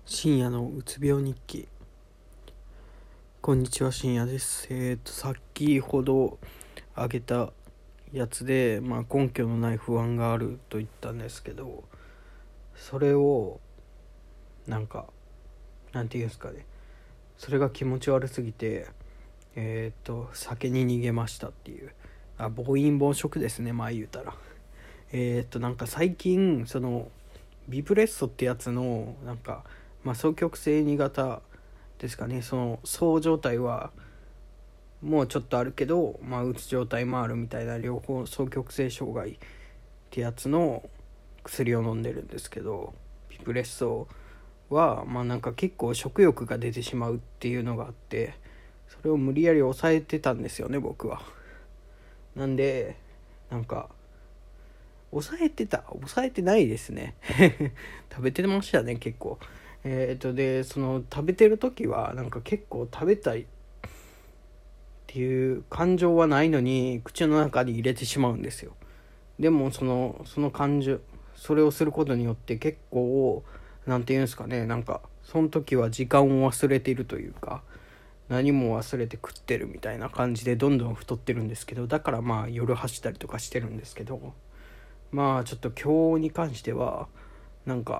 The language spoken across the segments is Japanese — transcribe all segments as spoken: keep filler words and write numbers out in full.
深夜のうつ病日記。こんにちは、深夜です。えっ、ー、と先ほどあげたやつで、まあ、根拠のない不安があると言ったんですけど、それをなんかなんていうんですかね、それが気持ち悪すぎて、えっ、ー、と酒に逃げましたっていう、あ暴飲暴食ですね、まあ言うたら。えっ、ー、となんか最近そのビブレッソってやつのなんか、まあ、双極性に型ですかね、そのそう状態はもうちょっとあるけど、まあ、うつ状態もあるみたいな両方双極性障害ってやつの薬を飲んでるんですけど、ビブレッソはまあなんか結構食欲が出てしまうっていうのがあって、それを無理やり抑えてたんですよね、僕は。なんでなんか抑えてた抑えてないですね食べてましたね、結構。えっ、ー、とでその食べてる時はなんか結構食べたいっていう感情はないのに口の中に入れてしまうんですよ。でもそのその感情それをすることによって結構なんていうんですかね、なんかその時は時間を忘れているというか、何も忘れて食ってるみたいな感じでどんどん太ってるんですけど、だからまあ夜走ったりとかしてるんですけど、まあちょっと今日に関してはなんか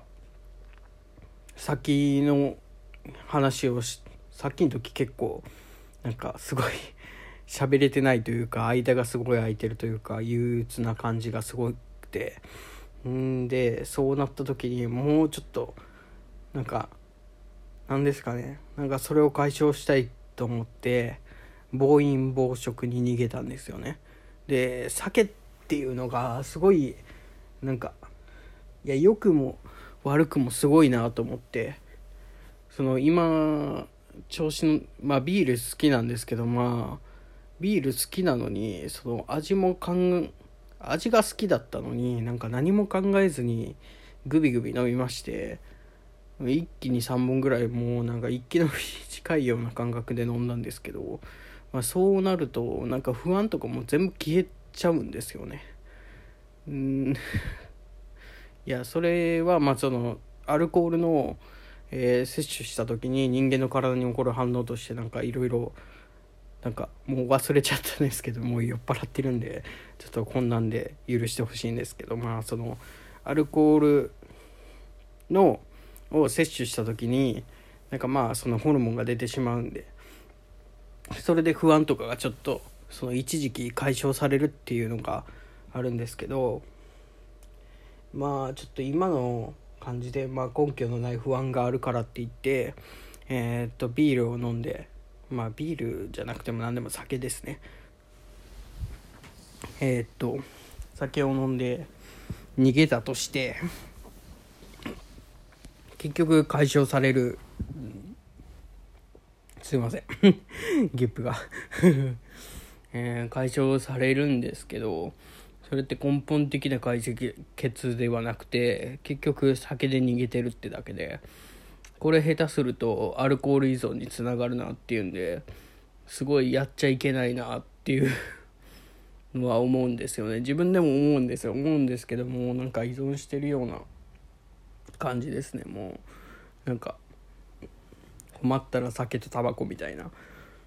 先の話をしさっきの時結構なんかすごい喋れてないというか、間がすごい空いてるというか、憂鬱な感じがすごくて、んでそうなった時にもうちょっとなんかなんですかね、なんかそれを解消したいと思って暴飲暴食に逃げたんですよね。で酒っていうのがすごいなんか、いや良くも悪くもすごいなと思って、その今調子のまあビール好きなんですけど、まあビール好きなのにその味もかん味が好きだったのになんか何も考えずにグビグビ飲みまして、一気にさんぼんぐらいもうなんか一気飲みに近いような感覚で飲んだんですけど、まあ、そうなるとなんか不安とかも全部消えちゃうんですよね。うんいやそれはまあそのアルコールの、えー、摂取した時に人間の体に起こる反応としてなんかいろいろなんかもう忘れちゃったんですけど、もう酔っ払ってるんでちょっとこんなんで許してほしいんですけど、まあそのアルコールのを摂取した時になんかまあそのホルモンが出てしまうんで、それで不安とかがちょっとその一時期解消されるっていうのがあるんですけど、まあちょっと今の感じで、まあ、根拠のない不安があるからって言ってえー、っとビールを飲んで、まあビールじゃなくても何でも酒ですね、えー、っと酒を飲んで逃げたとして結局解消される、すいませんゲップが、えー、解消されるんですけど、それって根本的な解決ではなくて結局酒で逃げてるってだけで、これ下手するとアルコール依存につながるなっていうんで、すごいやっちゃいけないなっていうのは思うんですよね。自分でも思うんですよ思うんですけども、なんか依存してるような感じですね。もうなんか困ったら酒とタバコみたいな、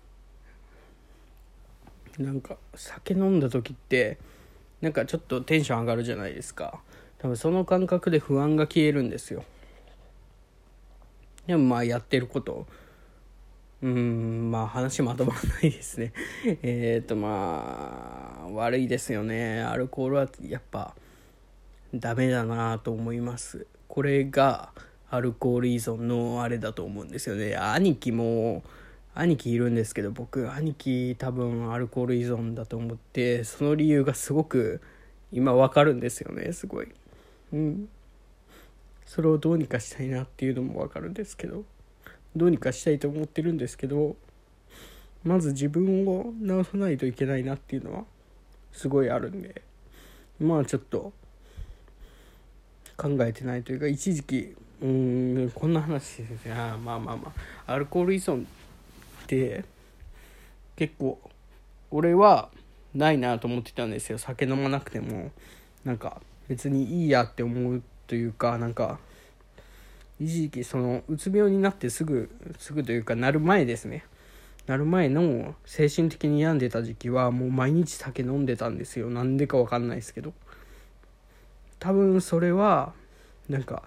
なんか酒飲んだ時ってなんかちょっとテンション上がるじゃないですか。多分その感覚で不安が消えるんですよ。でもまあやってることうーんまあ話まとまらないですねえっとまあ悪いですよね。アルコールはやっぱダメだなと思います。これがアルコール依存のあれだと思うんですよね。兄貴も兄貴いるんですけど、僕兄貴多分アルコール依存だと思って、その理由がすごく今わかるんですよね。すごい、うん、それをどうにかしたいなっていうのもわかるんですけど、どうにかしたいと思ってるんですけど、まず自分を治さないといけないなっていうのはすごいあるんで、まあちょっと考えてないというか、一時期うーんこんな話ですね。あまあまあまあアルコール依存って結構俺はないなと思ってたんですよ。酒飲まなくてもなんか別にいいやって思うというか、なんか一時期そのうつ病になってすぐすぐというかなる前ですねなる前の精神的に病んでた時期はもう毎日酒飲んでたんですよ。なんでか分かんないですけど、多分それはなんか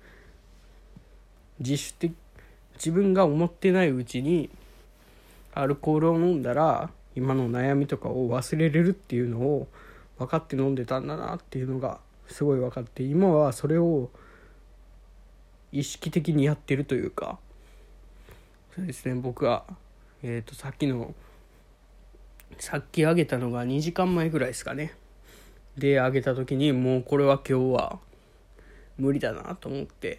自主的自分が思ってないうちにアルコールを飲んだら今の悩みとかを忘れれるっていうのを分かって飲んでたんだなっていうのがすごい分かって、今はそれを意識的にやってるというか、そうですね、僕はえーとさっきのさっきあげたのがにじかんまえぐらいですかね。であげた時にもうこれは今日は無理だなと思って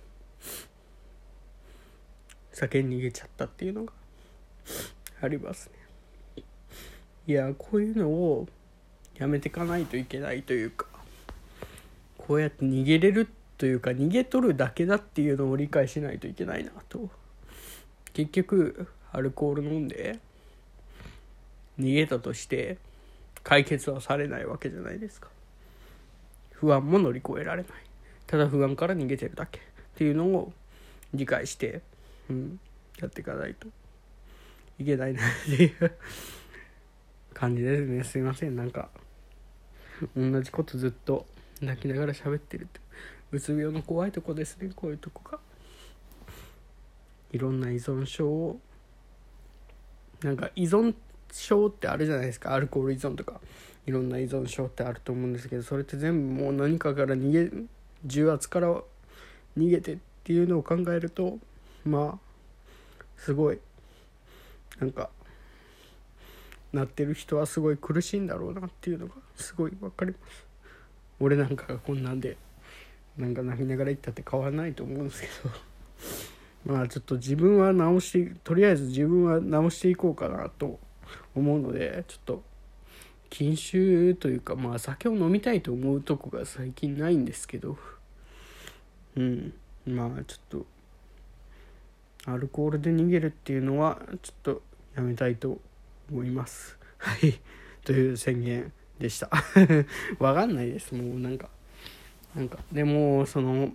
酒に逃げちゃったっていうのがありますね。いやこういうのをやめていかないといけないというか、こうやって逃げれるというか逃げ取るだけだっていうのを理解しないといけないなと。結局アルコール飲んで逃げたとして解決はされないわけじゃないですか。不安も乗り越えられない、ただ不安から逃げてるだけっていうのを理解して、うん、やっていかないといけないなっていう感じですね。すいません、なんか同じことずっと泣きながら喋ってるって、うつ病の怖いとこですね。こういうとこがいろんな依存症をなんか依存症ってあるじゃないですか。アルコール依存とかいろんな依存症ってあると思うんですけど、それって全部もう何かから逃げ重圧から逃げてっていうのを考えると、まあすごいなんかなってる人はすごい苦しいんだろうなっていうのがすごい分かります。俺なんかがこんなんでなんか泣きながら言ったって変わらないと思うんですけどまあちょっと自分は直してとりあえず自分は直していこうかなと思うので、ちょっと禁酒というかまあ酒を飲みたいと思うとこが最近ないんですけど、うんまあちょっとアルコールで逃げるっていうのはちょっとやめたいと思いますはいという宣言でしたわかんないです。もうなんかなんかでもその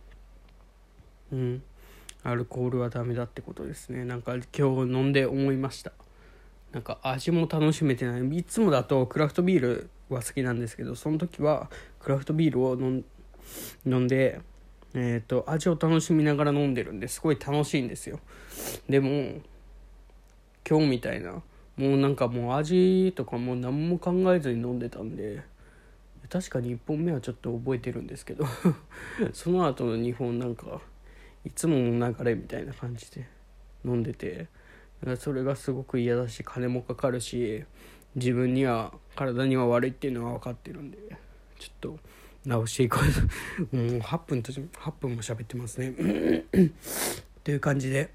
うんアルコールはダメだってことですね。なんか今日飲んで思いました。なんか味も楽しめてない。いつもだとクラフトビールは好きなんですけど、その時はクラフトビールを飲ん、飲んでえーと味を楽しみながら飲んでるんですごい楽しいんですよ。でも今日みたいなもうなんかもう味とかもう何も考えずに飲んでたんで、確かにいっぽんめはちょっと覚えてるんですけどその後のにほんなんかいつもの流れみたいな感じで飲んでて、それがすごく嫌だし金もかかるし自分には体には悪いっていうのは分かってるんで、ちょっと直していこうもうはっぷんとはっぷんも喋ってますねという感じで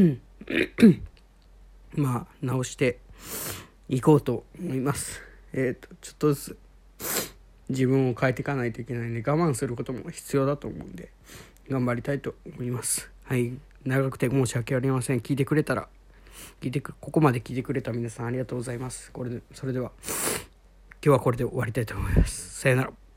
まあ直していこうと思います。えっとちょっとずつ自分を変えていかないといけないんで、我慢することも必要だと思うんで頑張りたいと思います。はい、長くて申し訳ありません。聞いてくれたら聞いてくここまで聞いてくれた皆さんありがとうございます。これでそれでは今日はこれで終わりたいと思います。さよなら。